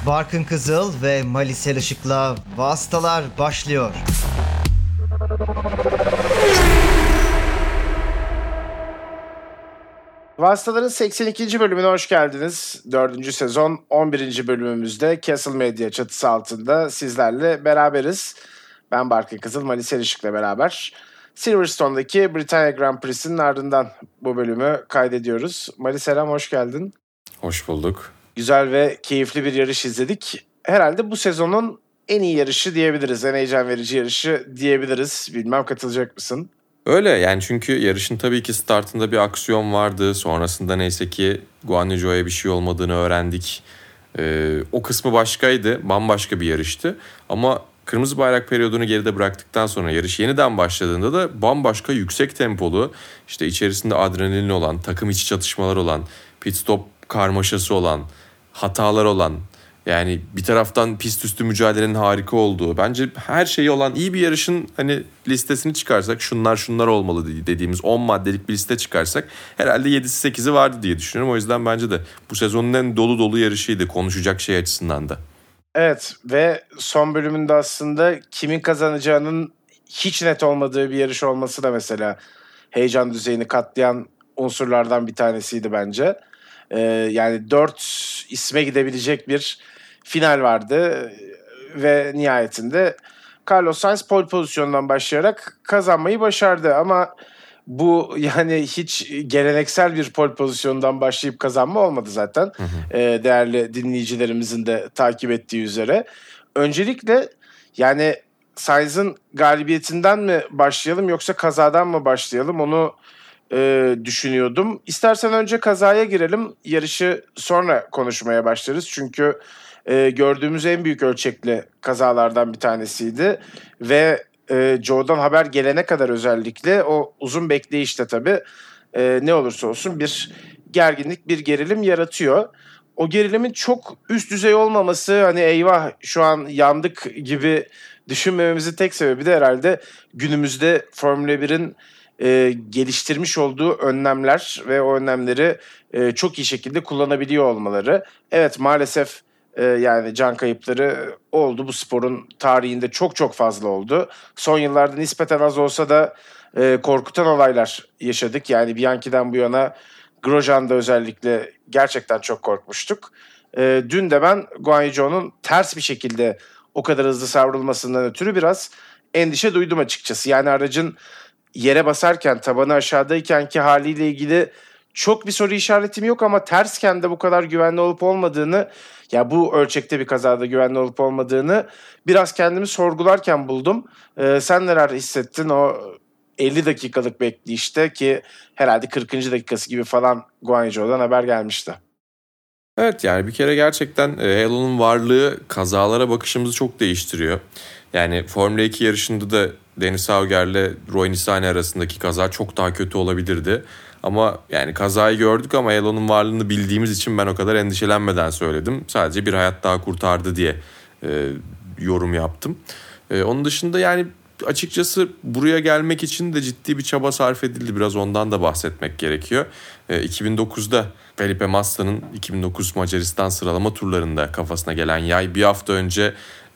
Barkın Kızıl ve Malisel Işık'la Vastalar başlıyor. Vastaların 82. bölümüne hoş geldiniz. 4. sezon 11. bölümümüzde Castle Media çatısı altında sizlerle beraberiz. Ben Barkın Kızıl, Malisel Işık'la beraber Silverstone'daki Britanya Grand Prix'sinin ardından bu bölümü kaydediyoruz. Maliselam, hoş geldin. Hoş bulduk. Güzel ve keyifli bir yarış izledik. Herhalde bu sezonun en iyi yarışı diyebiliriz, en heyecan verici yarışı diyebiliriz. Bilmem katılacak mısın? Öyle yani, çünkü yarışın tabii ki startında bir aksiyon vardı. Sonrasında neyse ki Guan Yu Zhou'ya bir şey olmadığını öğrendik. O kısmı başkaydı, bambaşka bir yarıştı. Ama kırmızı bayrak periyodunu geride bıraktıktan sonra yarış yeniden başladığında da bambaşka yüksek tempolu, işte içerisinde adrenalin olan, takım içi çatışmalar olan, pit stop karmaşası olan, hatalar olan, yani bir taraftan pist üstü mücadelenin harika olduğu, bence her şeyi olan iyi bir yarışın hani listesini çıkarsak, şunlar olmalı dediğimiz 10 maddelik bir liste çıkarsak herhalde 7'si 8'i vardı diye düşünüyorum. O yüzden bence de bu sezonun en dolu yarışıydı konuşacak şey açısından da. Evet, ve son bölümünde aslında kimin kazanacağının hiç net olmadığı bir yarış olması da mesela heyecan düzeyini katlayan unsurlardan bir tanesiydi bence. Yani 4 isme gidebilecek bir final vardı ve nihayetinde Carlos Sainz pole pozisyonundan başlayarak kazanmayı başardı. Ama bu yani hiç geleneksel bir pole pozisyonundan başlayıp kazanma olmadı zaten. Değerli dinleyicilerimizin de takip ettiği üzere. Öncelikle yani Sainz'ın galibiyetinden mi başlayalım yoksa kazadan mı başlayalım, onu düşünüyordum. İstersen önce kazaya girelim, yarışı sonra konuşmaya başlarız. Çünkü gördüğümüz en büyük ölçekli kazalardan bir tanesiydi. Ve Zhou'dan haber gelene kadar özellikle o uzun bekleyişte tabii ne olursa olsun bir gerginlik, bir gerilim yaratıyor. O gerilimin çok üst düzey olmaması, hani eyvah şu an yandık gibi düşünmememizin tek sebebi de herhalde günümüzde Formula 1'in geliştirmiş olduğu önlemler ve o önlemleri çok iyi şekilde kullanabiliyor olmaları. Evet, maalesef yani can kayıpları oldu. Bu sporun tarihinde çok fazla oldu. Son yıllarda nispeten az olsa da korkutan olaylar yaşadık. Yani Bianchi'den bu yana Grosjean'da özellikle gerçekten çok korkmuştuk. Dün de ben Guan Yu Zhou'nun ters bir şekilde o kadar hızlı savrulmasından ötürü biraz endişe duydum açıkçası. Yani aracın yere basarken, tabanı aşağıdaykenki haliyle ilgili çok bir soru işaretim yok ama tersken de bu kadar güvenli olup olmadığını, ya bu ölçekte bir kazada güvenli olup olmadığını biraz kendimi sorgularken buldum. Sen neler hissettin o 50 dakikalık bekleyişte, ki herhalde 40. dakikası gibi falan Guan Yu Zhou'dan haber gelmişti. Evet, yani bir kere gerçekten Halo'nun varlığı kazalara bakışımızı çok değiştiriyor. Yani Formula 2 yarışında da Denis Auger'le Roy Nissany arasındaki kaza çok daha kötü olabilirdi. Ama yani kazayı gördük ama Halo'nun varlığını bildiğimiz için ben o kadar endişelenmeden söyledim. Sadece bir hayat daha kurtardı diye yorum yaptım. Onun dışında yani açıkçası buraya gelmek için de ciddi bir çaba sarf edildi. Biraz ondan da bahsetmek gerekiyor. 2009'da Felipe Massa'nın 2009 Macaristan sıralama turlarında kafasına gelen yay bir hafta önce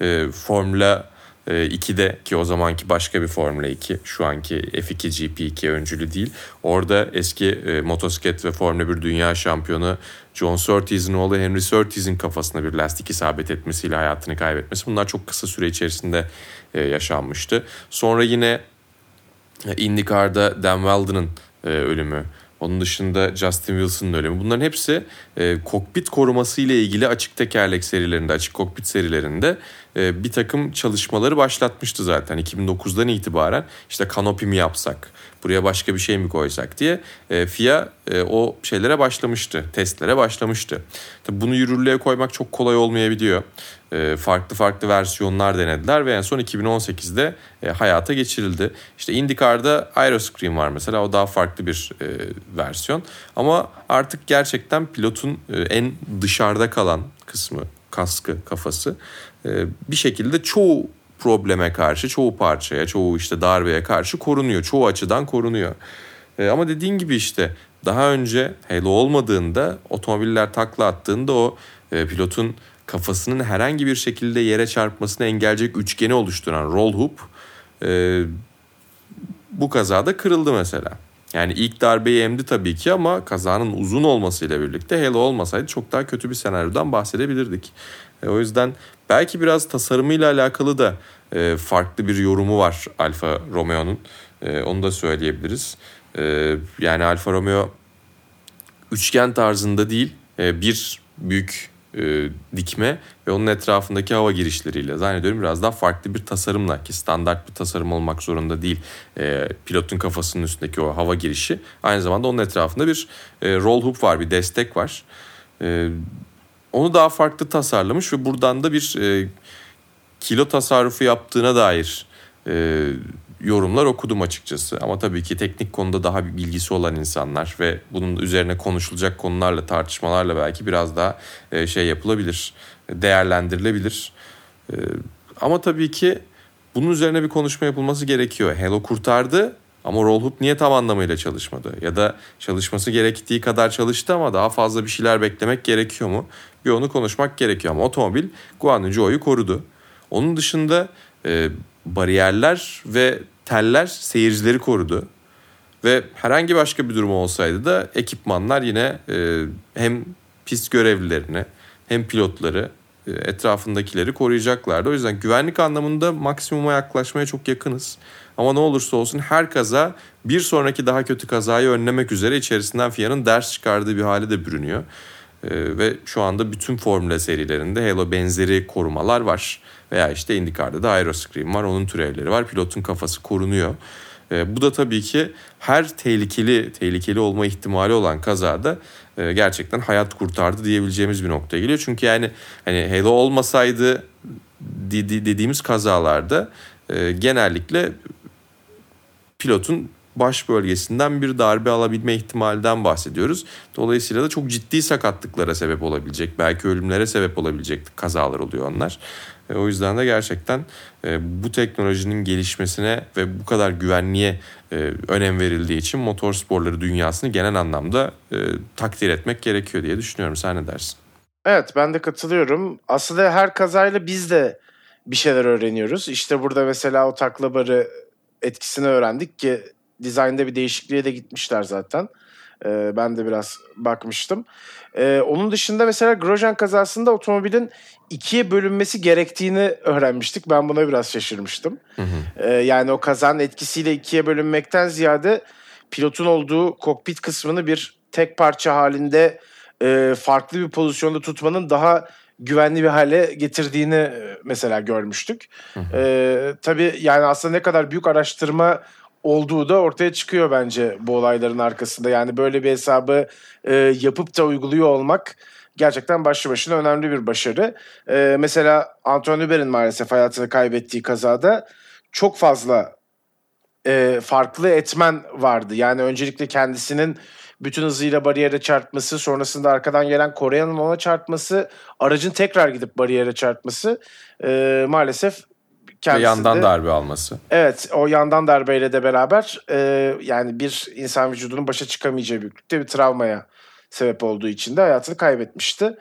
Formula 2'de, ki o zamanki başka bir Formula 2, şu anki F2 GP2 öncülü değil. Orada eski motosiklet ve Formula 1 dünya şampiyonu John Surtees'in oğlu Henry Surtees'in kafasına bir lastik isabet etmesiyle hayatını kaybetmesi. Bunlar çok kısa süre içerisinde yaşanmıştı. Sonra yine IndyCar'da Dan Wheldon'ın ölümü. Onun dışında Justin Wilson'ın ölümü. Bunların hepsi kokpit koruması ile ilgili açık tekerlek serilerinde, açık kokpit serilerinde bir takım çalışmaları başlatmıştı zaten. 2009'dan itibaren işte kanopi mi yapsak, buraya başka bir şey mi koysak diye FIA o şeylere başlamıştı, testlere başlamıştı. Tabii bunu yürürlüğe koymak çok kolay olmayabiliyor. Farklı versiyonlar denediler ve en son 2018'de hayata geçirildi. İşte IndyCar'da Aeroscreen var mesela, o daha farklı bir versiyon. Ama artık gerçekten pilotun en dışarıda kalan kısmı, kaskı, kafası bir şekilde çoğu probleme karşı, çoğu parçaya, çoğu işte darbeye karşı korunuyor. Çoğu açıdan korunuyor. Ama dediğin gibi işte daha önce Halo olmadığında, otomobiller takla attığında o pilotun kafasının herhangi bir şekilde yere çarpmasını engelleyecek üçgeni oluşturan roll hoop bu kazada kırıldı mesela. Yani ilk darbeyi emdi tabii ki ama kazanın uzun olmasıyla birlikte Halo olmasaydı çok daha kötü bir senaryodan bahsedebilirdik. O yüzden belki biraz tasarımıyla alakalı da farklı bir yorumu var Alfa Romeo'nun. Onu da söyleyebiliriz. Yani Alfa Romeo üçgen tarzında değil, bir büyük dikme ve onun etrafındaki hava girişleriyle zannediyorum biraz daha farklı bir tasarımla, ki standart bir tasarım olmak zorunda değil pilotun kafasının üstündeki o hava girişi, aynı zamanda onun etrafında bir roll hoop var, bir destek var. Onu daha farklı tasarlamış ve buradan da bir kilo tasarrufu yaptığına dair yorumlar okudum açıkçası. Ama tabii ki teknik konuda daha bir bilgisi olan insanlar ve bunun üzerine konuşulacak konularla, tartışmalarla belki biraz daha yapılabilir, değerlendirilebilir. Ama tabii ki bunun üzerine bir konuşma yapılması gerekiyor. Halo kurtardı ama roll hoop niye tam anlamıyla çalışmadı? Ya da çalışması gerektiği kadar çalıştı ama daha fazla bir şeyler beklemek gerekiyor mu? Bir onu konuşmak gerekiyor ama otomobil Guan Yu Zhou'yu korudu. Onun dışında bariyerler ve teller seyircileri korudu. Ve herhangi başka bir durum olsaydı da ekipmanlar yine hem pist görevlilerini hem pilotları, etrafındakileri koruyacaklardı. O yüzden güvenlik anlamında maksimuma yaklaşmaya çok yakınız. Ama ne olursa olsun her kaza bir sonraki daha kötü kazayı önlemek üzere içerisinden FIA'nın ders çıkardığı bir hale de bürünüyor. Ve şu anda bütün Formula serilerinde Halo benzeri korumalar var. Veya işte IndyCar'da da Aeroscreen var, onun türevleri var. Pilotun kafası korunuyor. Bu da tabii ki her tehlikeli olma ihtimali olan kazada gerçekten hayat kurtardı diyebileceğimiz bir noktaya geliyor. Çünkü yani hani Halo olmasaydı dediğimiz kazalarda genellikle pilotun baş bölgesinden bir darbe alabilme ihtimalinden bahsediyoruz. Dolayısıyla da çok ciddi sakatlıklara sebep olabilecek, belki ölümlere sebep olabilecek kazalar oluyor onlar. O yüzden de gerçekten bu teknolojinin gelişmesine ve bu kadar güvenliğe önem verildiği için motorsporları dünyasını genel anlamda takdir etmek gerekiyor diye düşünüyorum. Sen ne dersin? Evet, ben de katılıyorum. Aslında her kazayla biz de bir şeyler öğreniyoruz. İşte burada mesela o takla barı etkisini öğrendik ki dizaynda bir değişikliğe de gitmişler zaten. Ben de biraz bakmıştım. Onun dışında mesela Grosjean kazasında otomobilin ikiye bölünmesi gerektiğini öğrenmiştik. Ben buna biraz şaşırmıştım. Yani o kazanın etkisiyle ikiye bölünmekten ziyade pilotun olduğu kokpit kısmını bir tek parça halinde farklı bir pozisyonda tutmanın daha güvenli bir hale getirdiğini mesela görmüştük. Tabii yani aslında ne kadar büyük araştırma olduğu da ortaya çıkıyor bence bu olayların arkasında. Yani böyle bir hesabı yapıp da uyguluyor olmak gerçekten başlı başına önemli bir başarı. Mesela Antoine Hubert'in maalesef hayatını kaybettiği kazada çok fazla farklı etmen vardı. Yani öncelikle kendisinin bütün hızıyla bariyere çarpması, sonrasında arkadan gelen Koreyan'ın ona çarpması, aracın tekrar gidip bariyere çarpması maalesef kendisi yandan de, darbe alması. Evet, o yandan darbeyle de beraber yani bir insan vücudunun başa çıkamayacağı büyüklükte bir travmaya sebep olduğu için de hayatını kaybetmişti.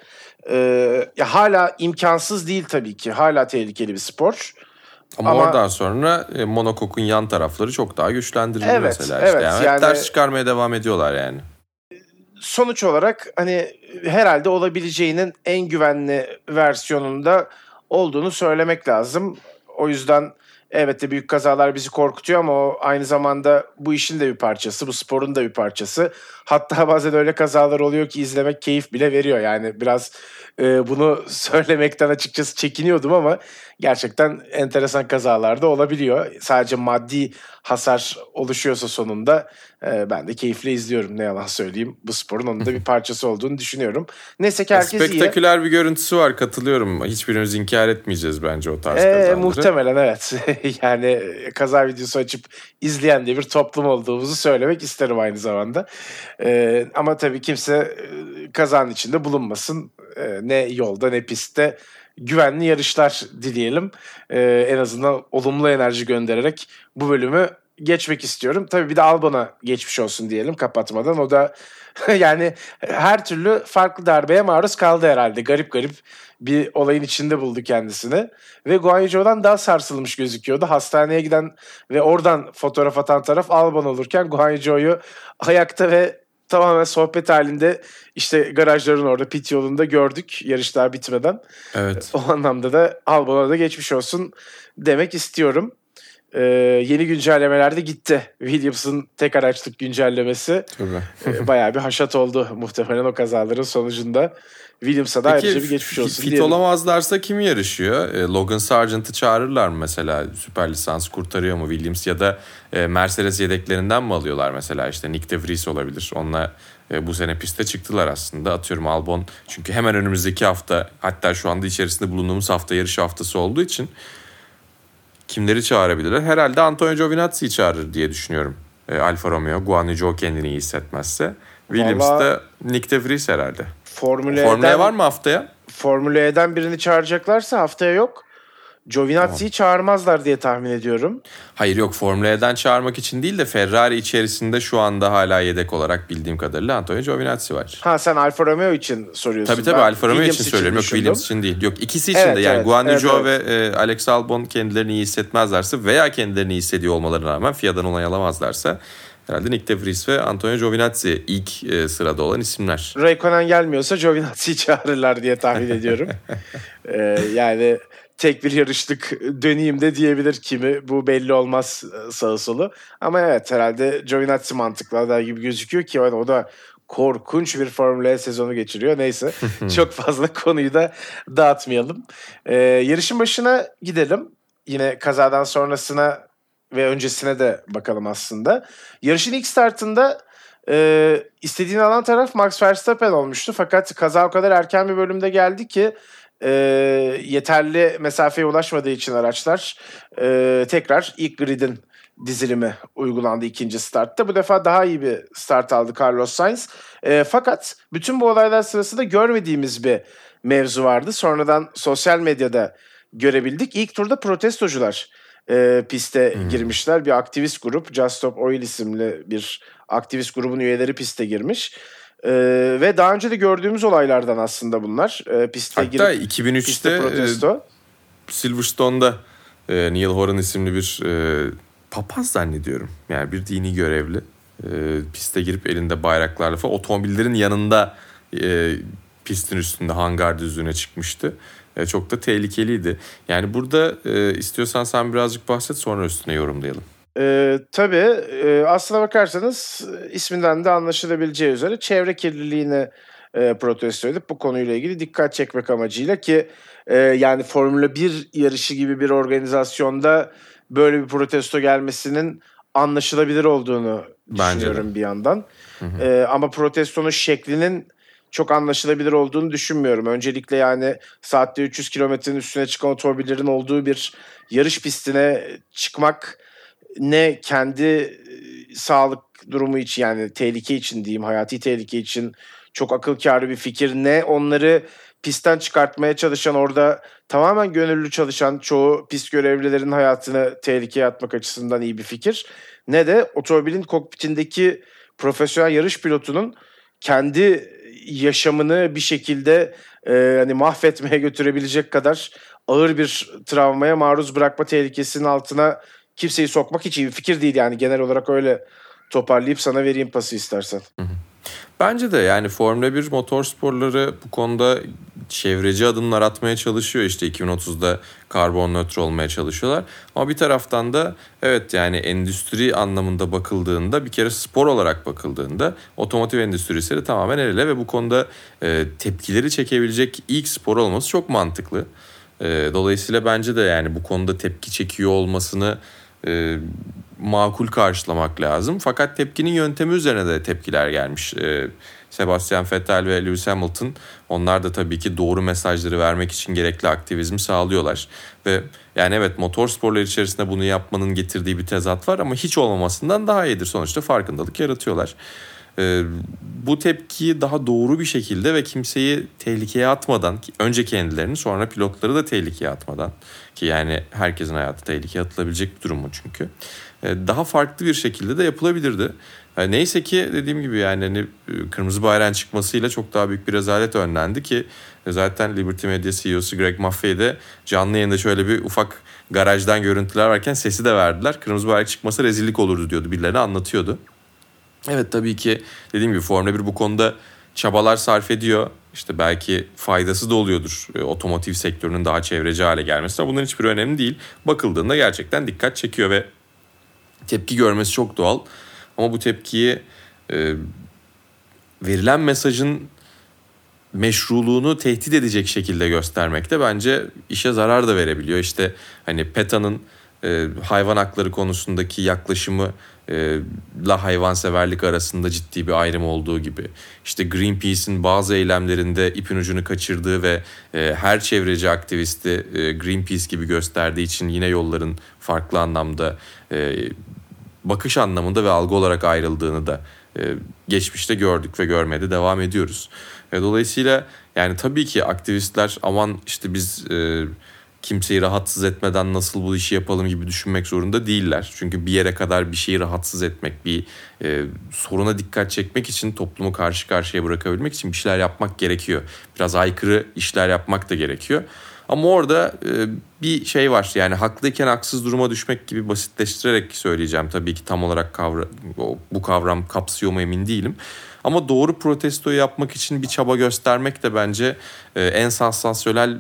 Ya hala imkansız değil tabii ki. Hala tehlikeli bir spor. Ama oradan sonra monokokun yan tarafları çok daha güçlendirildi mesela. Evet, yani yani ders çıkarmaya devam ediyorlar yani. Sonuç olarak hani herhalde olabileceğinin en güvenli versiyonunda olduğunu söylemek lazım. O yüzden evet de büyük kazalar bizi korkutuyor ama o aynı zamanda bu işin de bir parçası, bu sporun da bir parçası. Hatta bazen öyle kazalar oluyor ki izlemek keyif bile veriyor. Yani biraz bunu söylemekten açıkçası çekiniyordum ama gerçekten enteresan kazalar da olabiliyor. Sadece maddi hasar oluşuyorsa sonunda ben de keyifle izliyorum, ne yalan söyleyeyim. Bu sporun onun da bir parçası olduğunu düşünüyorum. Neyse ki herkes iyi. Spektaküler bir görüntüsü var, katılıyorum. Hiçbirimiz inkar etmeyeceğiz bence o tarz kazaları. Muhtemelen evet. Yani kaza videosu açıp izleyen de bir toplum olduğumuzu söylemek isterim aynı zamanda. Ama tabii kimse kazanın içinde bulunmasın. Ne yolda ne pistte. Güvenli yarışlar dileyelim. En azından olumlu enerji göndererek bu bölümü geçmek istiyorum. Tabii bir de Albon'a geçmiş olsun diyelim kapatmadan. O da yani her türlü farklı darbeye maruz kaldı herhalde. Garip garip bir olayın içinde buldu kendisini. Ve Guan Yu Zhou'dan daha sarsılmış gözüküyordu. Hastaneye giden ve oradan fotoğraf atan taraf Albon olurken Guan Yu Zhou'yu ayakta ve tamamen sohbet halinde işte garajların orada pit yolunda gördük yarış daha bitmeden. Evet. O anlamda da Albon'a da geçmiş olsun demek istiyorum. Yeni güncellemeler de gitti. Williams'ın tek araçlık güncellemesi bayağı bir haşat oldu muhtemelen o kazaların sonucunda. Williams'a da ayrıca bir geçmiş olsun fit diyelim. olamazlarsa kim yarışıyor? Logan Sargent'ı çağırırlar mı mesela? Süper lisans kurtarıyor mu Williams ya da Mercedes yedeklerinden mi alıyorlar mesela? İşte Nick de Vries olabilir. Onunla bu sene piste çıktılar aslında. Atıyorum Albon. Çünkü hemen önümüzdeki hafta, hatta şu anda içerisinde bulunduğumuz hafta yarış haftası olduğu için kimleri çağırabilirler? Herhalde Antonio Giovinazzi'yi çağırır diye düşünüyorum. Alfa Romeo, Guan Yu Zhou kendini iyi hissetmezse. Williams'da Nick de Vries herhalde. Formula var mı haftaya? Formula E'den birini çağıracaklarsa haftaya yok. Giovinazzi'yi çağırmazlar diye tahmin ediyorum. Hayır yok, Formula E'den çağırmak için değil de Ferrari içerisinde şu anda hala yedek olarak bildiğim kadarıyla Antonio Giovinazzi var. Ha, sen Alfa Romeo için soruyorsun. Tabii Alfa Romeo için söylüyorum. Yok, Williams için değil. Yok, ikisi için de yani Guan Yu Zhou ve Alex Albon kendilerini iyi hissetmezlerse veya kendilerini iyi hissediyor olmalarına rağmen FIA'dan onay alamazlarsa herhalde Nick de Vries ve Antonio Giovinazzi ilk sırada olan isimler. Raikkonen gelmiyorsa Giovinazzi'yi çağırırlar diye tahmin ediyorum. Yani tek bir yarışlık döneyim de diyebilir kimi. Bu belli olmaz sağı solu. Ama evet, herhalde Giovinazzi mantıklı aday gibi gözüküyor ki o da korkunç bir Formula E sezonu geçiriyor. Neyse çok fazla konuyu da dağıtmayalım. Yarışın başına gidelim. Yine kazadan sonrasına ve öncesine de bakalım aslında. Yarışın ilk startında istediğini alan taraf Max Verstappen olmuştu. Fakat kaza o kadar erken bir bölümde geldi ki yeterli mesafeye ulaşmadığı için araçlar tekrar ilk gridin dizilimi uygulandı ikinci startta. Bu defa daha iyi bir start aldı Carlos Sainz. Fakat bütün bu olaylar sırasında görmediğimiz bir mevzu vardı. Sonradan sosyal medyada görebildik. İlk turda protestocular piste girmişler. Bir aktivist grup, Just Stop Oil isimli bir aktivist grubun üyeleri piste girmiş. Ve daha önce de gördüğümüz olaylardan aslında bunlar. Piste hatta girip 2003'te protesto. Silverstone'da Neil Horan isimli bir papaz zannediyorum. Yani bir dini görevli. Piste girip elinde bayraklarla falan otomobillerin yanında pistin üstünde hangar düzlüğüne çıkmıştı. Çok da tehlikeliydi. Yani burada istiyorsan sen birazcık bahset, sonra üstüne yorumlayalım. Tabii aslına bakarsanız isminden de anlaşılabileceği üzere çevre kirliliğini protesto edip bu konuyla ilgili dikkat çekmek amacıyla ki yani Formula 1 yarışı gibi bir organizasyonda böyle bir protesto gelmesinin anlaşılabilir olduğunu düşünüyorum bir yandan. Ama protestonun şeklinin çok anlaşılabilir olduğunu düşünmüyorum. Öncelikle yani saatte 300 kilometrenin üstüne çıkan otomobillerin olduğu bir yarış pistine çıkmak ne kendi sağlık durumu için, yani tehlike için diyeyim, hayati tehlike için çok akıl kârı bir fikir, ne onları pistten çıkartmaya çalışan, orada tamamen gönüllü çalışan çoğu pist görevlilerin hayatını tehlikeye atmak açısından iyi bir fikir, ne de otomobilin kokpitindeki profesyonel yarış pilotunun kendi yaşamını bir şekilde hani mahvetmeye götürebilecek kadar ağır bir travmaya maruz bırakma tehlikesinin altına kimseyi sokmak hiç iyi bir fikir değil. Yani genel olarak öyle toparlayıp sana vereyim pası istersen. Bence de yani Formula 1 motorsporları bu konuda çevreci adımlar atmaya çalışıyor. İşte 2030'da karbon nötr olmaya çalışıyorlar. Ama bir taraftan da evet, yani endüstri anlamında bakıldığında, bir kere spor olarak bakıldığında otomotiv endüstrisi de tamamen el ele ve bu konuda tepkileri çekebilecek ilk spor olması çok mantıklı. Dolayısıyla bence de yani bu konuda tepki çekiyor olmasını makul karşılamak lazım. Fakat tepkinin yöntemi üzerine de tepkiler gelmiş. Sebastian Vettel ve Lewis Hamilton, onlar da tabii ki doğru mesajları vermek için gerekli aktivizmi sağlıyorlar. Ve yani evet, motorsporlar içerisinde bunu yapmanın getirdiği bir tezat var ama hiç olmamasından daha iyidir. Sonuçta farkındalık yaratıyorlar. Bu tepkiyi daha doğru bir şekilde ve kimseyi tehlikeye atmadan, önce kendilerini sonra pilotları da tehlikeye atmadan, ki yani herkesin hayatı tehlikeye atılabilecek bir durum bu çünkü, daha farklı bir şekilde de yapılabilirdi. Neyse ki dediğim gibi yani hani kırmızı bayrağın çıkmasıyla çok daha büyük bir rezalet önlendi ki zaten Liberty Media CEO'su Greg Maffei de canlı yayında şöyle bir ufak garajdan görüntüler varken sesi de verdiler. Kırmızı bayrak çıkması rezillik olurdu diyordu, birilerine anlatıyordu. Evet, tabii ki dediğim gibi Formula 1 bu konuda çabalar sarf ediyor. İşte belki faydası da oluyordur otomotiv sektörünün daha çevreci hale gelmesi. Bunların hiçbir önemli değil. Bakıldığında gerçekten dikkat çekiyor ve tepki görmesi çok doğal. Ama bu tepkiyi verilen mesajın meşruluğunu tehdit edecek şekilde göstermek de bence işe zarar da verebiliyor. İşte hani PETA'nın hayvan hakları konusundaki yaklaşımı la hayvanseverlik arasında ciddi bir ayrım olduğu gibi, işte Greenpeace'in bazı eylemlerinde ipin ucunu kaçırdığı ve her çevreci aktivisti Greenpeace gibi gösterdiği için yine yolların farklı anlamda bakış anlamında ve algı olarak ayrıldığını da geçmişte gördük ve görmeye de devam ediyoruz. Dolayısıyla yani tabii ki aktivistler aman işte biz kimseyi rahatsız etmeden nasıl bu işi yapalım gibi düşünmek zorunda değiller. Çünkü bir yere kadar bir şeyi rahatsız etmek, bir soruna dikkat çekmek için, toplumu karşı karşıya bırakabilmek için bir şeyler yapmak gerekiyor. Biraz aykırı işler yapmak da gerekiyor. Ama orada bir şey var, yani haklıyken haksız duruma düşmek gibi basitleştirerek söyleyeceğim. Tabii ki tam olarak bu kavram kapsıyor mu emin değilim. Ama doğru protestoyu yapmak için bir çaba göstermek de bence en sansasyonel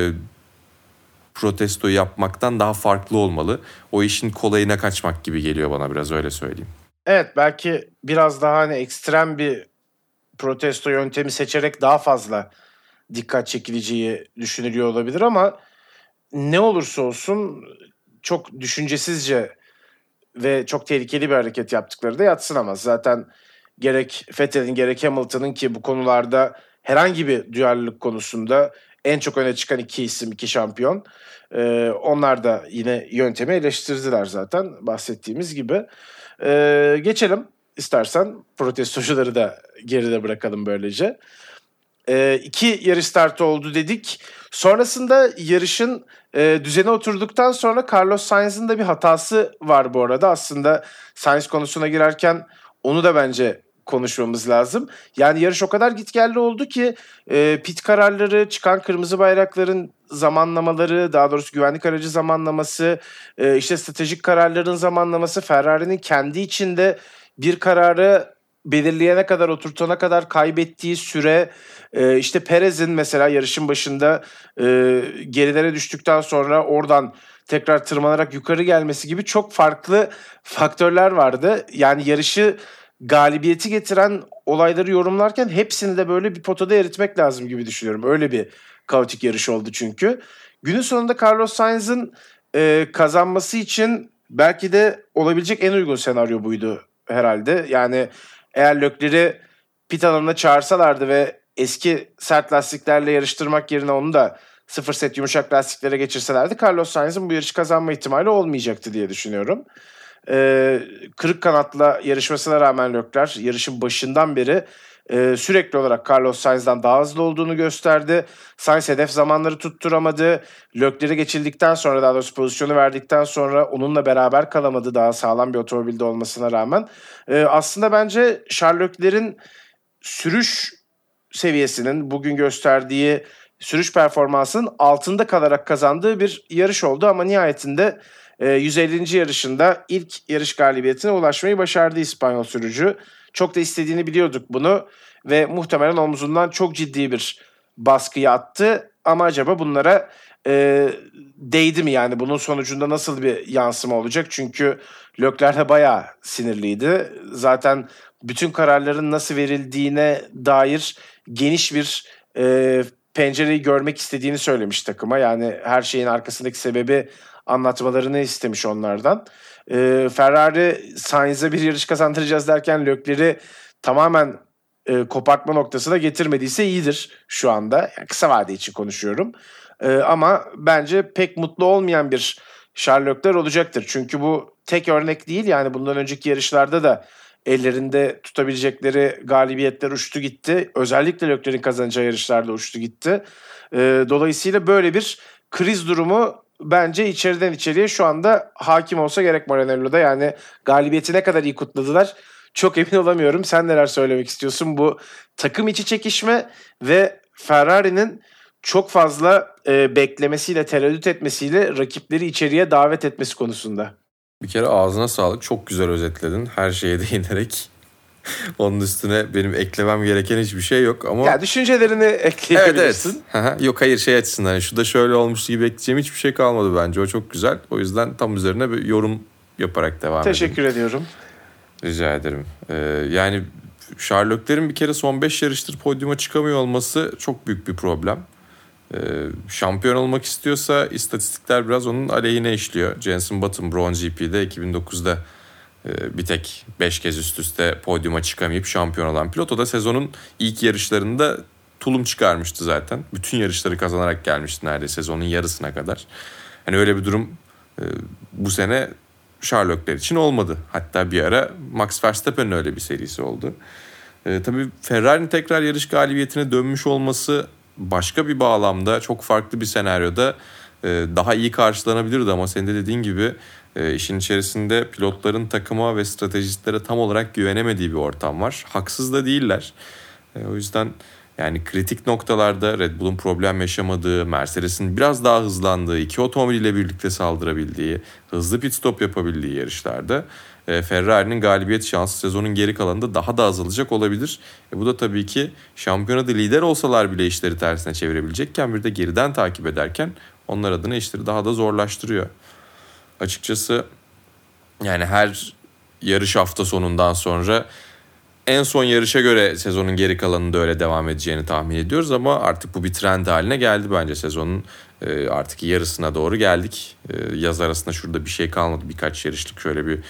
protestoyu yapmaktan daha farklı olmalı. O işin kolayına kaçmak gibi geliyor bana, biraz öyle söyleyeyim. Evet, belki biraz daha hani ekstrem bir protesto yöntemi seçerek daha fazla dikkat çekileceği düşünülüyor olabilir ama ne olursa olsun çok düşüncesizce ve çok tehlikeli bir hareket yaptıkları da yadsınamaz. Zaten gerek Vettel'in gerek Hamilton'ın, ki bu konularda herhangi bir duyarlılık konusunda en çok öne çıkan iki isim, iki şampiyon. Onlar da yine yöntemi eleştirdiler zaten bahsettiğimiz gibi. Geçelim istersen, protestocuları da geride bırakalım böylece. 2 yarış startı oldu dedik. Sonrasında yarışın düzene oturduktan sonra Carlos Sainz'ın da bir hatası var bu arada. Aslında Sainz konusuna girerken onu da bence konuşmamız lazım. Yani yarış o kadar gitgelli oldu ki pit kararları, çıkan kırmızı bayrakların zamanlamaları, daha doğrusu güvenlik aracı zamanlaması, işte stratejik kararların zamanlaması, Ferrari'nin kendi içinde bir kararı belirleyene kadar, oturtana kadar kaybettiği süre, işte Perez'in mesela yarışın başında gerilere düştükten sonra oradan tekrar tırmanarak yukarı gelmesi gibi çok farklı faktörler vardı. Yani yarışı galibiyeti getiren olayları yorumlarken hepsini de böyle bir potada eritmek lazım gibi düşünüyorum. Öyle bir kaotik yarış oldu çünkü. Günün sonunda Carlos Sainz'ın kazanması için belki de olabilecek en uygun senaryo buydu herhalde. Yani eğer Leclerc'i pit alanına çağırsalardı ve eski sert lastiklerle yarıştırmak yerine onu da 0 set yumuşak lastiklere geçirselerdi, Carlos Sainz'ın bu yarışı kazanma ihtimali olmayacaktı diye düşünüyorum. Kırık kanatla yarışmasına rağmen Leclerc yarışın başından beri sürekli olarak Carlos Sainz'dan daha hızlı olduğunu gösterdi. Sainz hedef zamanları tutturamadı. Leclerc'e geçildikten sonra, daha doğrusu pozisyonu verdikten sonra onunla beraber kalamadı, daha sağlam bir otomobilde olmasına rağmen. Aslında bence Charles Leclerc'in sürüş seviyesinin, bugün gösterdiği sürüş performansının altında kalarak kazandığı bir yarış oldu ama nihayetinde 150. yarışında ilk yarış galibiyetine ulaşmayı başardı İspanyol sürücü. Çok da istediğini biliyorduk bunu ve muhtemelen omzundan çok ciddi bir baskıyı attı. Ama acaba bunlara değdi mi, yani bunun sonucunda nasıl bir yansıma olacak? Çünkü Leclerc de bayağı sinirliydi. Zaten bütün kararların nasıl verildiğine dair geniş bir pencereyi görmek istediğini söylemiş takıma. Yani her şeyin arkasındaki sebebi anlatmalarını istemiş onlardan. Ferrari Sainz'e bir yarış kazandıracağız derken Leclerc'i tamamen kopartma noktasına getirmediyse iyidir şu anda. Yani kısa vade için konuşuyorum. Ama bence pek mutlu olmayan bir Charles Leclerc olacaktır. Çünkü bu tek örnek değil, yani bundan önceki yarışlarda da ellerinde tutabilecekleri galibiyetler uçtu gitti. Özellikle Leclerc'in kazanacağı yarışlarda uçtu gitti. Dolayısıyla böyle bir kriz durumu bence içeriden içeriye şu anda hakim olsa gerek Maranello'da. Yani galibiyeti ne kadar iyi kutladılar çok emin olamıyorum. Sen neler söylemek istiyorsun bu takım içi çekişme ve Ferrari'nin çok fazla beklemesiyle, tereddüt etmesiyle rakipleri içeriye davet etmesi konusunda? Bir kere ağzına sağlık. Çok güzel özetledin. Her şeye değinerek. Onun üstüne benim eklemem gereken hiçbir şey yok ama... Ya düşüncelerini ekleyebilirsin. Evet. Yok hayır şey açısından. Yani şu da şöyle olmuştu gibi ekleyeceğim hiçbir şey kalmadı bence. O çok güzel. O yüzden tam üzerine bir yorum yaparak devam edelim. Teşekkür ediyorum. Rica ederim. Yani Charles Leclerc'in bir kere son 5 yarıştır podyuma çıkamıyor olması çok büyük bir problem. Şampiyon olmak istiyorsa istatistikler biraz onun aleyhine işliyor. Jenson Button Braun GP'de 2009'da bir tek 5 kez üst üste podyuma çıkamayıp şampiyon olan pilot. O da sezonun ilk yarışlarında tulum çıkarmıştı zaten. Bütün yarışları kazanarak gelmişti neredeyse sezonun yarısına kadar. Hani öyle bir durum bu sene Charles Leclerc için olmadı. Hatta bir ara Max Verstappen'in öyle bir serisi oldu. Tabii Ferrari'nin tekrar yarış galibiyetine dönmüş olması başka bir bağlamda, çok farklı bir senaryoda daha iyi karşılanabilirdi ama senin de dediğin gibi işin içerisinde pilotların takıma ve stratejistlere tam olarak güvenemediği bir ortam var. Haksız da değiller. O yüzden yani kritik noktalarda Red Bull'un problem yaşamadığı, Mercedes'in biraz daha hızlandığı, iki otomobiliyle birlikte saldırabildiği, hızlı pit stop yapabildiği yarışlarda Ferrari'nin galibiyet şansı sezonun geri kalanında daha da azalacak olabilir. Bu da tabii ki şampiyonada lider olsalar bile işleri tersine çevirebilecekken bir de geriden takip ederken onlar adına işleri daha da zorlaştırıyor. Açıkçası yani her yarış hafta sonundan sonra en son yarışa göre sezonun geri kalanında öyle devam edeceğini tahmin ediyoruz ama artık bu bir trend haline geldi bence sezonun artık yarısına doğru geldik. Yaz arasında şurada bir şey kalmadı, birkaç yarışlık şöyle bir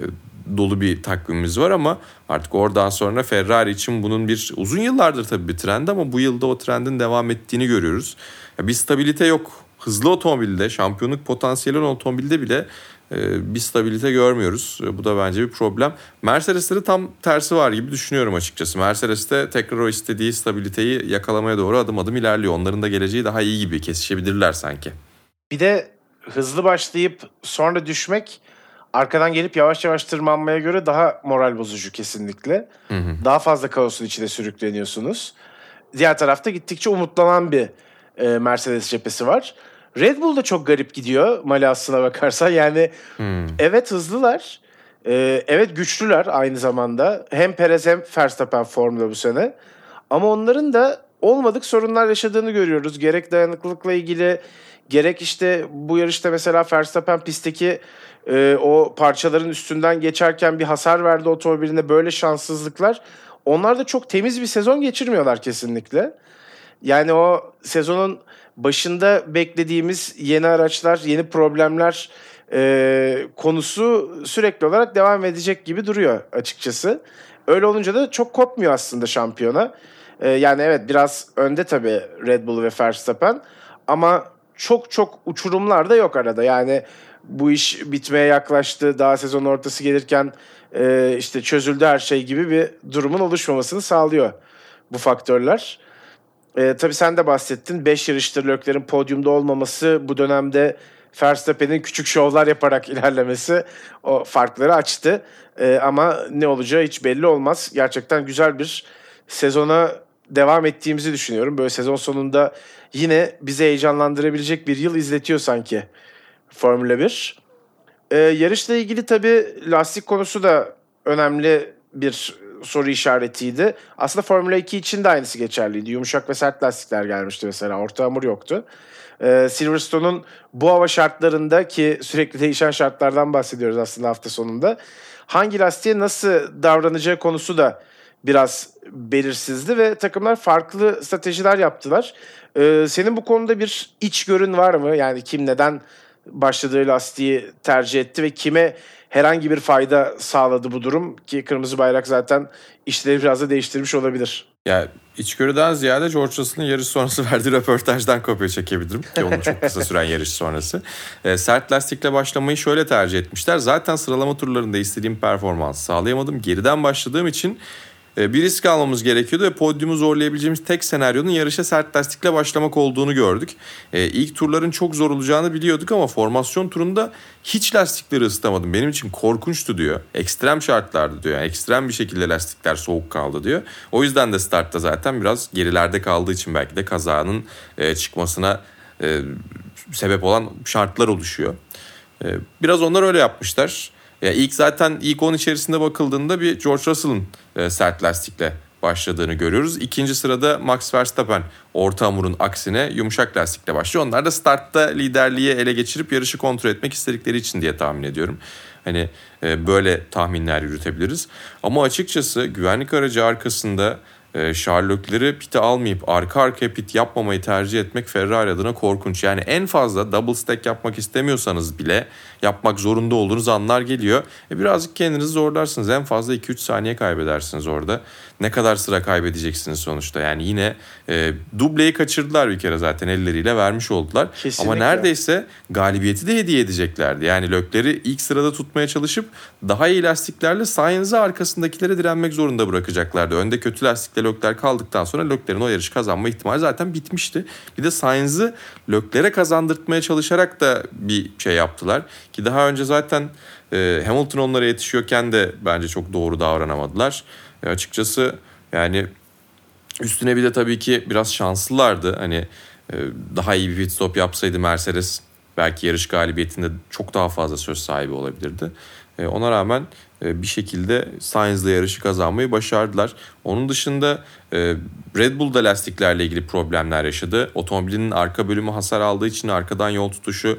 dolu bir takvimimiz var ama artık oradan sonra Ferrari için bunun bir uzun yıllardır tabii bir trend ama bu yılda o trendin devam ettiğini görüyoruz. Bir stabilite yok. Hızlı otomobilde, şampiyonluk potansiyeli olan otomobilde bile bir stabilite görmüyoruz. Bu da bence bir problem. Mercedes'te de tam tersi var gibi düşünüyorum açıkçası. Mercedes'te tekrar o istediği stabiliteyi yakalamaya doğru adım adım ilerliyor. Onların da geleceği daha iyi gibi, kesişebilirler sanki. Bir de hızlı başlayıp sonra düşmek arkadan gelip yavaş yavaş tırmanmaya göre daha moral bozucu kesinlikle. Daha fazla kaosun içine sürükleniyorsunuz. Diğer tarafta gittikçe umutlanan bir Mercedes cephesi var. Red Bull da çok garip gidiyor Mali aslına bakarsan. Yani evet hızlılar, evet güçlüler aynı zamanda. Hem Perez hem Verstappen formda bu sene. Ama onların da olmadık sorunlar yaşadığını görüyoruz. Gerek dayanıklılıkla ilgili, gerek işte bu yarışta mesela Verstappen pistteki o parçaların üstünden geçerken bir hasar verdi otomobiline, böyle şanssızlıklar. Onlar da çok temiz bir sezon geçirmiyorlar kesinlikle. Yani o sezonun başında beklediğimiz yeni araçlar, yeni problemler konusu sürekli olarak devam edecek gibi duruyor açıkçası. Öyle olunca da çok kopmuyor aslında şampiyona. Yani evet biraz önde tabii Red Bull ve Verstappen ama çok çok uçurumlar da yok arada. Yani bu iş bitmeye yaklaştı, daha sezon ortası gelirken işte çözüldü her şey gibi bir durumun oluşmamasını sağlıyor bu faktörler. Tabii sen de bahsettin. 5 yarıştır Leclerc'in podyumda olmaması, bu dönemde Verstappen'in küçük şovlar yaparak ilerlemesi o farkları açtı. Ama ne olacağı hiç belli olmaz. Gerçekten güzel bir sezona devam ettiğimizi düşünüyorum. Böyle sezon sonunda yine bizi heyecanlandırabilecek bir yıl izletiyor sanki Formula 1. Yarışla ilgili tabii lastik konusu da önemli bir soru işaretiydi. Aslında Formula 2 için de aynısı geçerliydi. Yumuşak ve sert lastikler gelmişti mesela. Orta hamur yoktu. Silverstone'un bu hava şartlarında, ki sürekli değişen şartlardan bahsediyoruz aslında hafta sonunda, hangi lastiğe nasıl davranacağı konusu da biraz belirsizdi ve takımlar farklı stratejiler yaptılar. Senin bu konuda bir içgörün var mı? Yani kim neden başladığı lastiği tercih etti ve kime herhangi bir fayda sağladı bu durum, ki kırmızı bayrak zaten işleri biraz da değiştirmiş olabilir. Ya içgörüden ziyade George Russell'ın yarış sonrası verdiği röportajdan kopya çekebilirim. Ki onun çok kısa süren yarış sonrası. Sert lastikle başlamayı şöyle tercih etmişler. Zaten sıralama turlarında istediğim performansı sağlayamadım. Geriden başladığım için bir risk almamız gerekiyordu ve podyumu zorlayabileceğimiz tek senaryonun yarışa sert lastikle başlamak olduğunu gördük. İlk turların çok zor olacağını biliyorduk ama formasyon turunda hiç lastikleri ısıtamadım. Benim için korkunçtu diyor. Ekstrem şartlardı diyor. Yani ekstrem bir şekilde lastikler soğuk kaldı diyor. O yüzden de startta zaten biraz gerilerde kaldığı için belki de kazanın çıkmasına sebep olan şartlar oluşuyor. Biraz onlar öyle yapmışlar. Ya ilk 10 içerisinde bakıldığında bir George Russell'ın sert lastikle başladığını görüyoruz. İkinci sırada Max Verstappen orta hamurun aksine yumuşak lastikle başlıyor. Onlar da startta liderliği ele geçirip yarışı kontrol etmek istedikleri için diye tahmin ediyorum. Hani böyle tahminler yürütebiliriz. Ama açıkçası güvenlik aracı arkasında Sherlock'ları pite almayıp arka arkaya pit yapmamayı tercih etmek Ferrari adına korkunç. Yani en fazla double stack yapmak istemiyorsanız bile yapmak zorunda olduğunuz anlar geliyor. Birazcık kendinizi zorlarsınız. En fazla 2-3 saniye kaybedersiniz orada. Ne kadar sıra kaybedeceksiniz sonuçta. Yani yine dubleyi kaçırdılar bir kere zaten elleriyle vermiş oldular. Kesinlikle. Ama neredeyse galibiyeti de hediye edeceklerdi. Yani Leclerc'i ilk sırada tutmaya çalışıp daha iyi lastiklerle Sainz'ı arkasındakilere direnmek zorunda bırakacaklardı. Önde kötü lastikle Leclerc kaldıktan sonra Leclerc'in o yarışı kazanma ihtimali zaten bitmişti. Bir de Sainz'ı Leclerc'e kazandırtmaya çalışarak da bir şey yaptılar. Ki daha önce zaten Hamilton onlara yetişiyorken de bence çok doğru davranamadılar. Açıkçası yani üstüne bir de tabii ki biraz şanslılardı. Hani daha iyi bir pit stop yapsaydı Mercedes belki yarış galibiyetinde çok daha fazla söz sahibi olabilirdi. Ona rağmen bir şekilde Sainz'la yarışı kazanmayı başardılar. Onun dışında Red Bull da lastiklerle ilgili problemler yaşadı. Otomobilinin arka bölümü hasar aldığı için arkadan yol tutuşu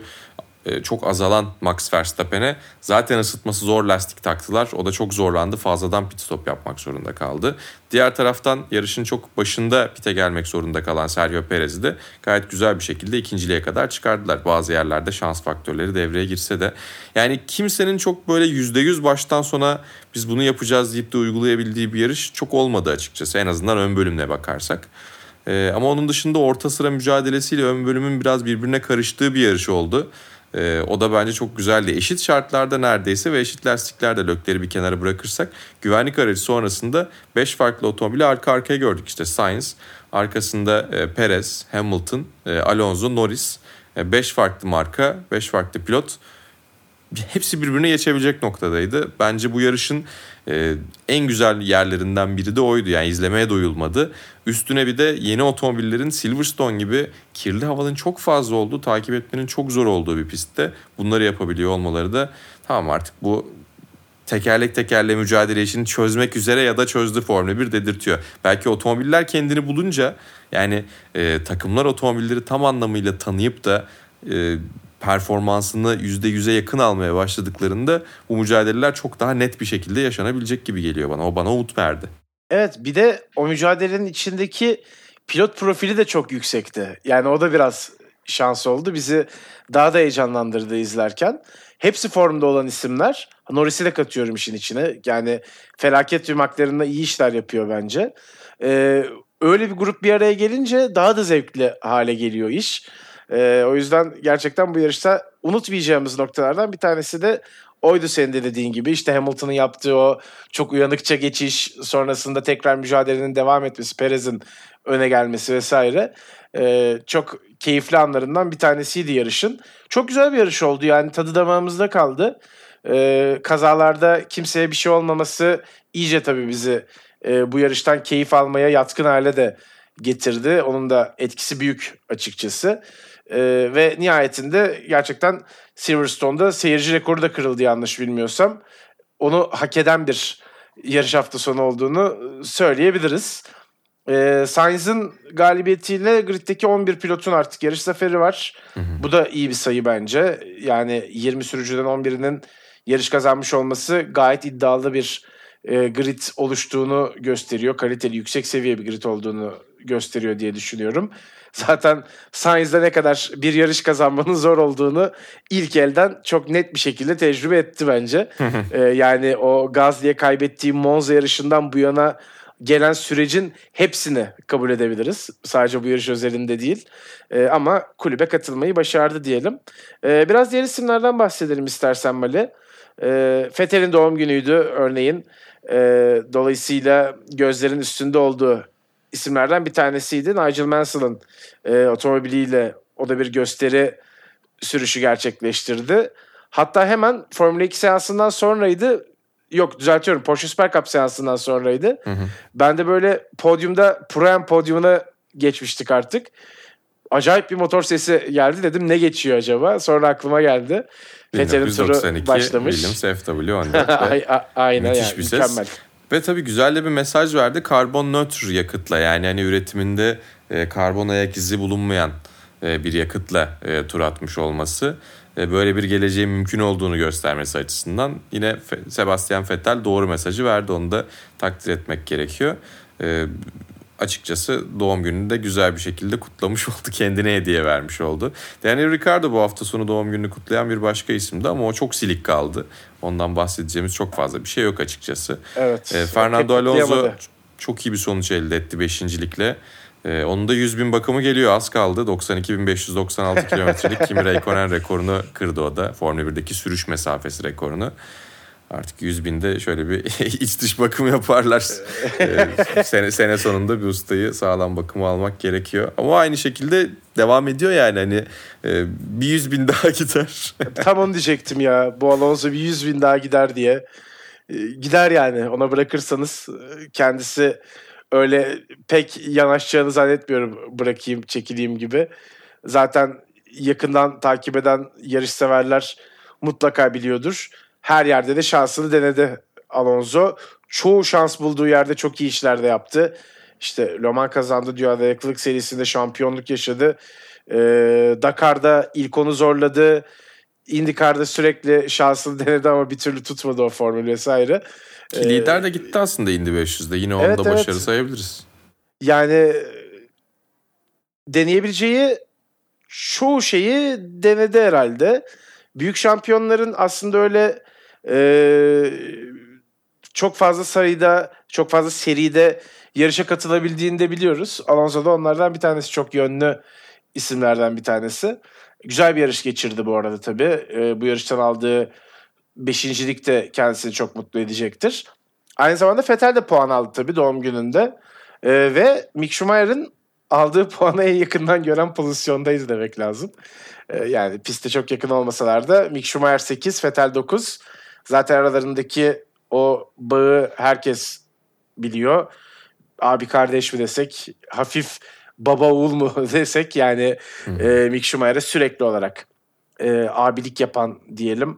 çok azalan Max Verstappen'e zaten ısıtması zor lastik taktılar. O da çok zorlandı. Fazladan pit stop yapmak zorunda kaldı. Diğer taraftan yarışın çok başında pite gelmek zorunda kalan Sergio Perez'i de gayet güzel bir şekilde ikinciliğe kadar çıkardılar. Bazı yerlerde şans faktörleri devreye girse de. Yani kimsenin çok böyle %100 baştan sona biz bunu yapacağız deyip de uygulayabildiği bir yarış çok olmadı açıkçası. En azından ön bölümüne bakarsak. Ama onun dışında orta sıra mücadelesiyle ön bölümün biraz birbirine karıştığı bir yarış oldu. O da bence çok güzeldi. Eşit şartlarda neredeyse ve eşit lastiklerde Leclerc'i bir kenara bırakırsak güvenlik aracı sonrasında 5 farklı otomobili arka arkaya gördük. İşte Sainz, arkasında Perez, Hamilton, Alonso, Norris. 5 farklı marka, 5 farklı pilot. Hepsi birbirine geçebilecek noktadaydı. Bence bu yarışın en güzel yerlerinden biri de oydu. Yani izlemeye doyulmadı. Üstüne bir de yeni otomobillerin Silverstone gibi kirli havanın çok fazla olduğu, takip etmenin çok zor olduğu bir pistte bunları yapabiliyor olmaları da tamam artık bu tekerlek mücadele işini çözmek üzere ya da çözdü Formula 1 dedirtiyor. Belki otomobiller kendini bulunca yani takımlar otomobilleri tam anlamıyla tanıyıp da performansını %100'e yakın almaya başladıklarında bu mücadeleler çok daha net bir şekilde yaşanabilecek gibi geliyor bana. O bana umut verdi. Evet, bir de o mücadelenin içindeki pilot profili de çok yüksekti. Yani o da biraz şans oldu. Bizi daha da heyecanlandırdı izlerken. Hepsi formda olan isimler. Norris'i de katıyorum işin içine. Yani felaket bir McLaren'da iyi işler yapıyor bence. Öyle bir grup bir araya gelince daha da zevkli hale geliyor iş. O yüzden gerçekten bu yarışta unutmayacağımız noktalardan bir tanesi de oydu senin de dediğin gibi. İşte Hamilton'ın yaptığı o çok uyanıkça geçiş, sonrasında tekrar mücadelenin devam etmesi, Perez'in öne gelmesi vesaire. Çok keyifli anlarından bir tanesiydi yarışın. Çok güzel bir yarış oldu, yani tadı damağımızda kaldı. Kazalarda kimseye bir şey olmaması iyice tabii bizi bu yarıştan keyif almaya yatkın hale de getirdi. Onun da etkisi büyük açıkçası. Ve nihayetinde gerçekten Silverstone'da seyirci rekoru da kırıldı yanlış bilmiyorsam. Onu hak eden bir yarış hafta sonu olduğunu söyleyebiliriz. Sainz'ın galibiyetiyle griddeki 11 pilotun artık yarış zaferi var. Bu da iyi bir sayı bence. Yani 20 sürücüden 11'inin yarış kazanmış olması gayet iddialı bir grid oluştuğunu gösteriyor. Kaliteli, yüksek seviye bir grid olduğunu gösteriyor diye düşünüyorum. Zaten Sainz'de ne kadar bir yarış kazanmanın zor olduğunu ilk elden çok net bir şekilde tecrübe etti bence. Yani o Gasly'ye kaybettiği Monza yarışından bu yana gelen sürecin hepsini kabul edebiliriz. Sadece bu yarış özelinde değil. Ama kulübe katılmayı başardı diyelim. Biraz diğer isimlerden bahsedelim istersen Mali. Vettel'in doğum günüydü örneğin. Dolayısıyla gözlerin üstünde olduğu isimlerden bir tanesiydi. Nigel Mansell'ın otomobiliyle o da bir gösteri sürüşü gerçekleştirdi. Hatta hemen Formula 2 seansından sonraydı. Yok, düzeltiyorum. Porsche Super Cup seansından sonraydı. Hı hı. Ben de böyle podyumda Pro-Am podyumuna geçmiştik artık. Acayip bir motor sesi geldi. Dedim ne geçiyor acaba? Sonra aklıma geldi. Vettel'in turu başlamış. Williams F14. Aynen müthiş yani, bir ses. mükemmel. Ve tabii güzel de bir mesaj verdi. Karbon nötr yakıtla, yani hani üretiminde karbon ayak izi bulunmayan bir yakıtla tur atmış olması, böyle bir geleceğin mümkün olduğunu göstermesi açısından yine Sebastian Vettel doğru mesajı verdi. Onu da takdir etmek gerekiyor. Açıkçası doğum gününü de güzel bir şekilde kutlamış oldu. Kendine hediye vermiş oldu. Daniel Ricciardo bu hafta sonu doğum gününü kutlayan bir başka isimdi ama o çok silik kaldı. Ondan bahsedeceğimiz çok fazla bir şey yok açıkçası. Evet. Fernando Alonso çok iyi bir sonuç elde etti 5.likle. Onun da 100.000 bakımı geliyor, az kaldı. 92.596 kilometrelik Kimi Räikkönen rekorunu kırdı o da. Formula 1'deki sürüş mesafesi rekorunu. Artık 100.000'de şöyle bir iç dış bakım yaparlar. Sene sonunda bir ustayı sağlam bakıma almak gerekiyor. Ama aynı şekilde devam ediyor yani. Hani bir 100.000 daha gider. Tam onu diyecektim ya. Bu Alonso bir 100.000 daha gider diye. Gider yani. Ona bırakırsanız kendisi öyle pek yanaşacağını zannetmiyorum, bırakayım çekileyim gibi. Zaten yakından takip eden yarışseverler mutlaka biliyordur. Her yerde de şansını denedi Alonso. Çoğu şans bulduğu yerde çok iyi işler de yaptı. İşte Le Mans kazandı, Dünya Dayanıklılık serisinde şampiyonluk yaşadı. Dakar'da ilk onu zorladı. IndyCar'da sürekli şansını denedi ama bir türlü tutmadı o formül vesaire. Lider de gitti aslında Indy 500'de. Yine onda evet, başarı sayabiliriz. Yani deneyebileceği çoğu şeyi denedi herhalde. Büyük şampiyonların aslında öyle çok fazla sayıda, çok fazla seride yarışa katılabildiğini de biliyoruz. Alonso da onlardan bir tanesi, çok yönlü isimlerden bir tanesi. Güzel bir yarış geçirdi bu arada tabii. Bu yarıştan aldığı 5.lik de kendisini çok mutlu edecektir. Aynı zamanda Vettel de puan aldı tabii doğum gününde. Ve Mick Schumacher'ın aldığı puanı en yakından gören pozisyondayız demek lazım. Yani piste çok yakın olmasalar da Mick Schumacher 8, Vettel 9. Zaten aralarındaki o bağı herkes biliyor. Abi kardeş mi desek, hafif baba oğul mu desek, yani Mick Schumacher'e sürekli olarak abilik yapan diyelim.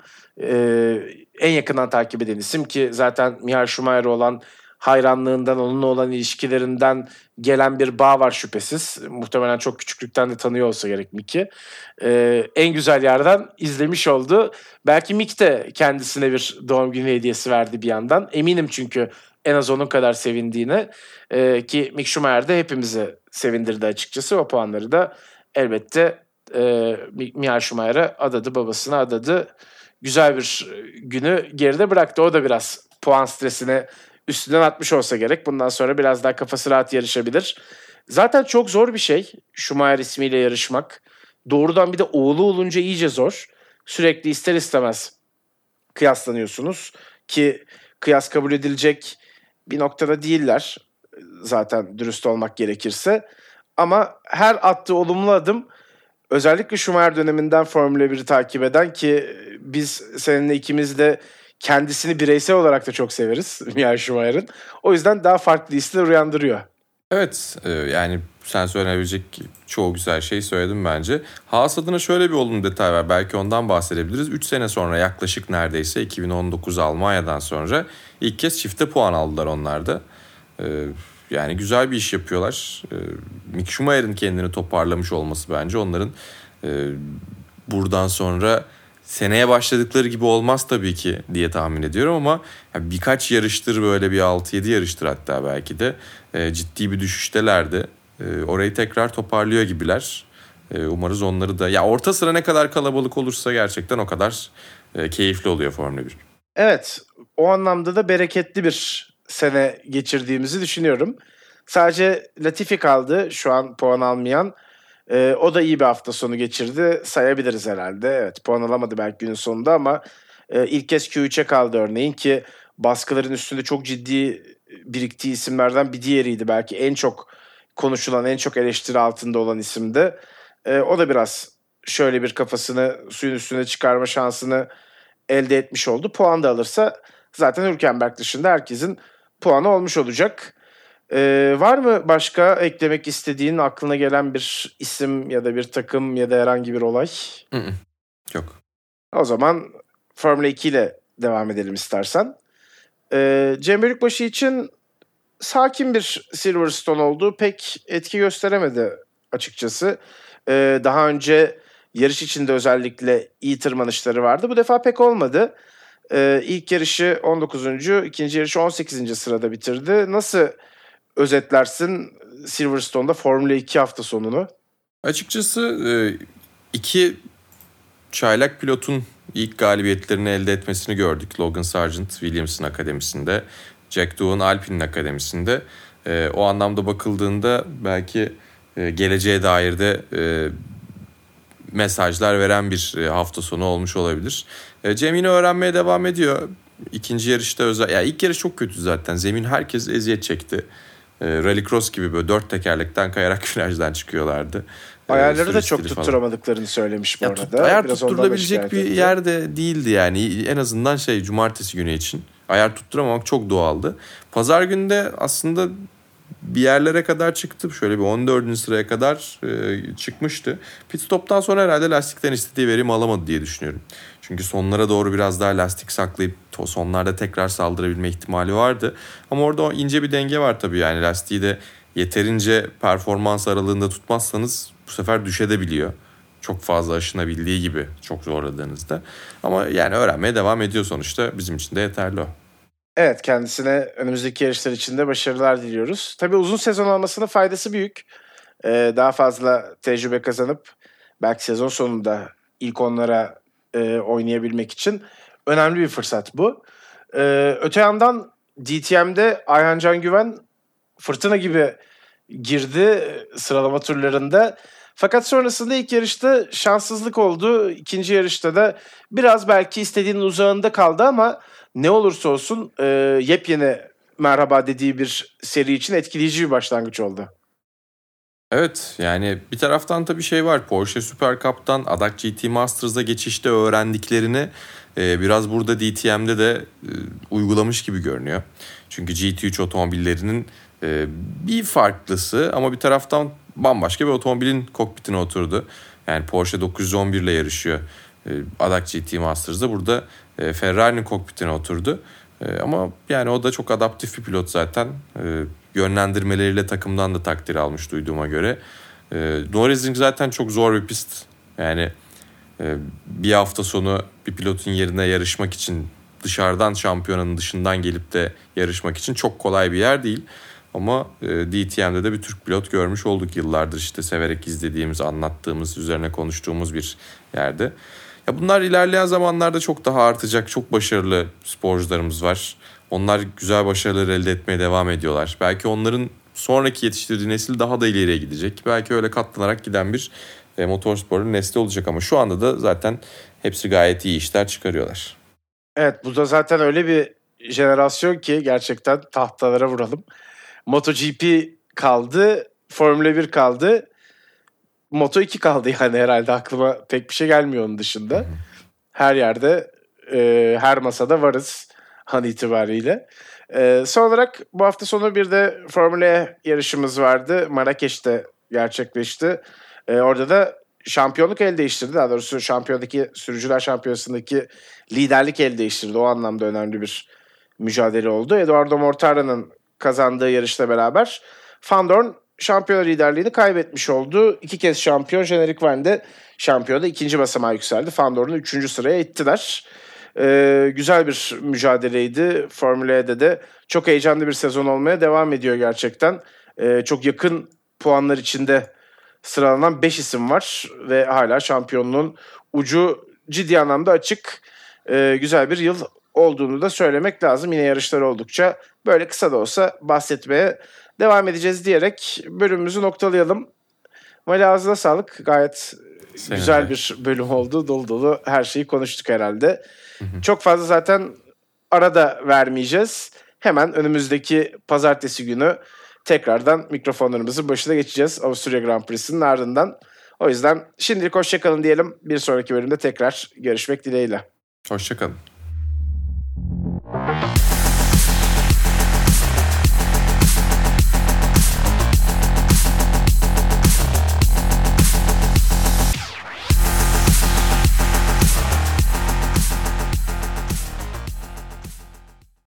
En yakından takip eden isim ki zaten Michael Schumacher'e olan hayranlığından, onunla olan ilişkilerinden gelen bir bağ var şüphesiz. Muhtemelen çok küçüklükten de tanıyor olsa gerek Mick'i. En güzel yerden izlemiş oldu. Belki Mick de kendisine bir doğum günü hediyesi verdi bir yandan. Eminim çünkü en az onun kadar sevindiğine. Ki Mick Schumacher de hepimizi sevindirdi açıkçası. O puanları da elbette Michael Schumacher'e adadı, babasına adadı. Güzel bir günü geride bıraktı. O da biraz puan stresini üstünden atmış olsa gerek. Bundan sonra biraz daha kafası rahat yarışabilir. Zaten çok zor bir şey Schumacher ismiyle yarışmak. Doğrudan bir de oğlu olunca iyice zor. Sürekli ister istemez kıyaslanıyorsunuz. Ki kıyas kabul edilecek bir noktada değiller. Zaten dürüst olmak gerekirse. Ama her attığı olumlu adım, özellikle Schumacher döneminden Formula 1'i takip eden, ki biz seninle ikimiz de kendisini bireysel olarak da çok severiz Michael Schumacher'ın. O yüzden daha farklı hisler uyandırıyor. Evet, yani sen söylenebilecek çoğu güzel şey söyledin bence. Haas adına şöyle bir olumlu detay var. Belki ondan bahsedebiliriz. 3 sene sonra, yaklaşık neredeyse 2019 Almanya'dan sonra ilk kez çifte puan aldılar onlar da. Yani güzel bir iş yapıyorlar. Mick Schumacher'ın kendini toparlamış olması bence onların buradan sonra seneye başladıkları gibi olmaz tabii ki diye tahmin ediyorum ama birkaç yarıştır, böyle bir 6-7 yarıştır hatta belki de ciddi bir düşüştelerdi. Orayı tekrar toparlıyor gibiler. Umarız onları da, ya orta sıra ne kadar kalabalık olursa gerçekten o kadar keyifli oluyor Formula 1. Evet, o anlamda da bereketli bir sene geçirdiğimizi düşünüyorum. Sadece Latifi kaldı şu an puan almayan. O da iyi bir hafta sonu geçirdi. Sayabiliriz herhalde. Evet, puan alamadı belki günün sonunda ama ilk kez Q3'e kaldı örneğin ki baskıların üstünde çok ciddi biriktiği isimlerden bir diğeriydi. Belki en çok konuşulan, en çok eleştiri altında olan isimdi. O da biraz şöyle bir kafasını suyun üstüne çıkarma şansını elde etmiş oldu. Puan da alırsa zaten Hülkenberg dışında herkesin puanı olmuş olacak. Var mı başka eklemek istediğin, aklına gelen bir isim ya da bir takım ya da herhangi bir olay? Yok. O zaman Formula 2 ile devam edelim istersen. Cem Bölükbaşı için sakin bir Silverstone oldu. Pek etki gösteremedi açıkçası. Daha önce yarış içinde özellikle iyi tırmanışları vardı. Bu defa pek olmadı. İlk yarışı 19. ikinci yarışı 18. sırada bitirdi. Nasıl özetlersin Silverstone'da Formula 2 hafta sonunu? Açıkçası iki çaylak pilotun ilk galibiyetlerini elde etmesini gördük. Logan Sargent Williams'ın akademisinde, Jack Doohan Alpine'in akademisinde. O anlamda bakıldığında belki geleceğe dair de mesajlar veren bir hafta sonu olmuş olabilir. Cem yine öğrenmeye devam ediyor. İkinci yarışta yani ilk yarış çok kötü zaten. Zemin herkes eziyet çekti. Rallycross gibi böyle 4 tekerlekten kayarak virajdan çıkıyorlardı. Ayarları da çok tutturamadıklarını söylemiş bu arada. Ayar tutturulabilecek bir yerde değildi yani. En azından cumartesi günü için. Ayar tutturamamak çok doğaldı. Pazar günü de aslında bir yerlere kadar çıktı. Şöyle bir 14. sıraya kadar çıkmıştı. Pit stop'tan sonra herhalde lastikten istediği verimi alamadı diye düşünüyorum. Çünkü sonlara doğru biraz daha lastik saklayıp sonlarda tekrar saldırabilme ihtimali vardı. Ama orada ince bir denge var tabii yani. Lastiği de yeterince performans aralığında tutmazsanız bu sefer düşebiliyor. Çok fazla aşınabildiği gibi çok zorladığınızda. Ama yani öğrenmeye devam ediyor sonuçta. Bizim için de yeterli o. Evet, kendisine önümüzdeki yarışlar için de başarılar diliyoruz. Tabii uzun sezon olmasının faydası büyük. Daha fazla tecrübe kazanıp belki sezon sonunda ilk onlara oynayabilmek için önemli bir fırsat bu. Öte yandan DTM'de Ayhan Can Güven fırtına gibi girdi sıralama turlarında. Fakat sonrasında ilk yarışta şanssızlık oldu. İkinci yarışta da biraz belki istediğinin uzağında kaldı ama ne olursa olsun yepyeni merhaba dediği bir seri için etkileyici bir başlangıç oldu. Evet yani bir taraftan tabii var. Porsche Super Cup'tan Adak GT Masters'a geçişte öğrendiklerini biraz burada DTM'de de uygulamış gibi görünüyor. Çünkü GT3 otomobillerinin bir farklısı ama bir taraftan bambaşka bir otomobilin kokpitine oturdu. Yani Porsche 911 ile yarışıyor Adak GT Masters'da. Burada Ferrari'nin kokpitine oturdu. Ama yani o da çok adaptif bir pilot zaten. Yönlendirmeleriyle takımdan da takdir almış duyduğuma göre. Nürburgring zaten çok zor bir pist. Yani bir hafta sonu bir pilotun yerine yarışmak için dışarıdan şampiyonanın dışından gelip de yarışmak için çok kolay bir yer değil. Ama DTM'de de bir Türk pilot görmüş olduk yıllardır işte severek izlediğimiz, anlattığımız, üzerine konuştuğumuz bir yerde. Ya bunlar ilerleyen zamanlarda çok daha artacak. Çok başarılı sporcularımız var. Onlar güzel başarılar elde etmeye devam ediyorlar. Belki onların sonraki yetiştirdiği nesil daha da ileriye gidecek. Belki öyle katlanarak giden bir motorsporun nesli olacak ama şu anda da zaten hepsi gayet iyi işler çıkarıyorlar. Evet, bu da zaten öyle bir jenerasyon ki gerçekten tahtalara vuralım. MotoGP kaldı, Formula 1 kaldı, Moto2 kaldı yani herhalde aklıma pek bir şey gelmiyor onun dışında. Her yerde, her masada varız an itibariyle. Son olarak bu hafta sonu bir de Formula E yarışımız vardı. Marrakeş'te gerçekleşti. Orada da şampiyonluk el değiştirdi. Daha doğrusu şampiyondaki Sürücüler Şampiyonası'ndaki liderlik el değiştirdi. O anlamda önemli bir mücadele oldu. Eduardo Mortara'nın kazandığı yarışla beraber Van Dorn şampiyon liderliğini kaybetmiş oldu. 2 kez şampiyon Jenerik Verne de şampiyonda 2. basamağa yükseldi. Van Dorn'u 3. sıraya ittiler. Güzel bir mücadeleydi. Formula E'de de çok heyecanlı bir sezon olmaya devam ediyor gerçekten. Çok yakın puanlar içinde sıralanan 5 isim var ve hala şampiyonluğun ucu ciddi anlamda açık. Güzel bir yıl olduğunu da söylemek lazım. Yine yarışlar oldukça böyle kısa da olsa bahsetmeye devam edeceğiz diyerek bölümümüzü noktalayalım. Mali ağzına sağlık. Gayet güzel bir bölüm oldu. Dolu dolu her şeyi konuştuk herhalde. Çok fazla zaten arada vermeyeceğiz. Hemen önümüzdeki pazartesi günü tekrardan mikrofonlarımızın başına geçeceğiz Avusturya Grand Prix'sinin ardından. O yüzden şimdilik hoşçakalın diyelim. Bir sonraki bölümde tekrar görüşmek dileğiyle. Hoşçakalın.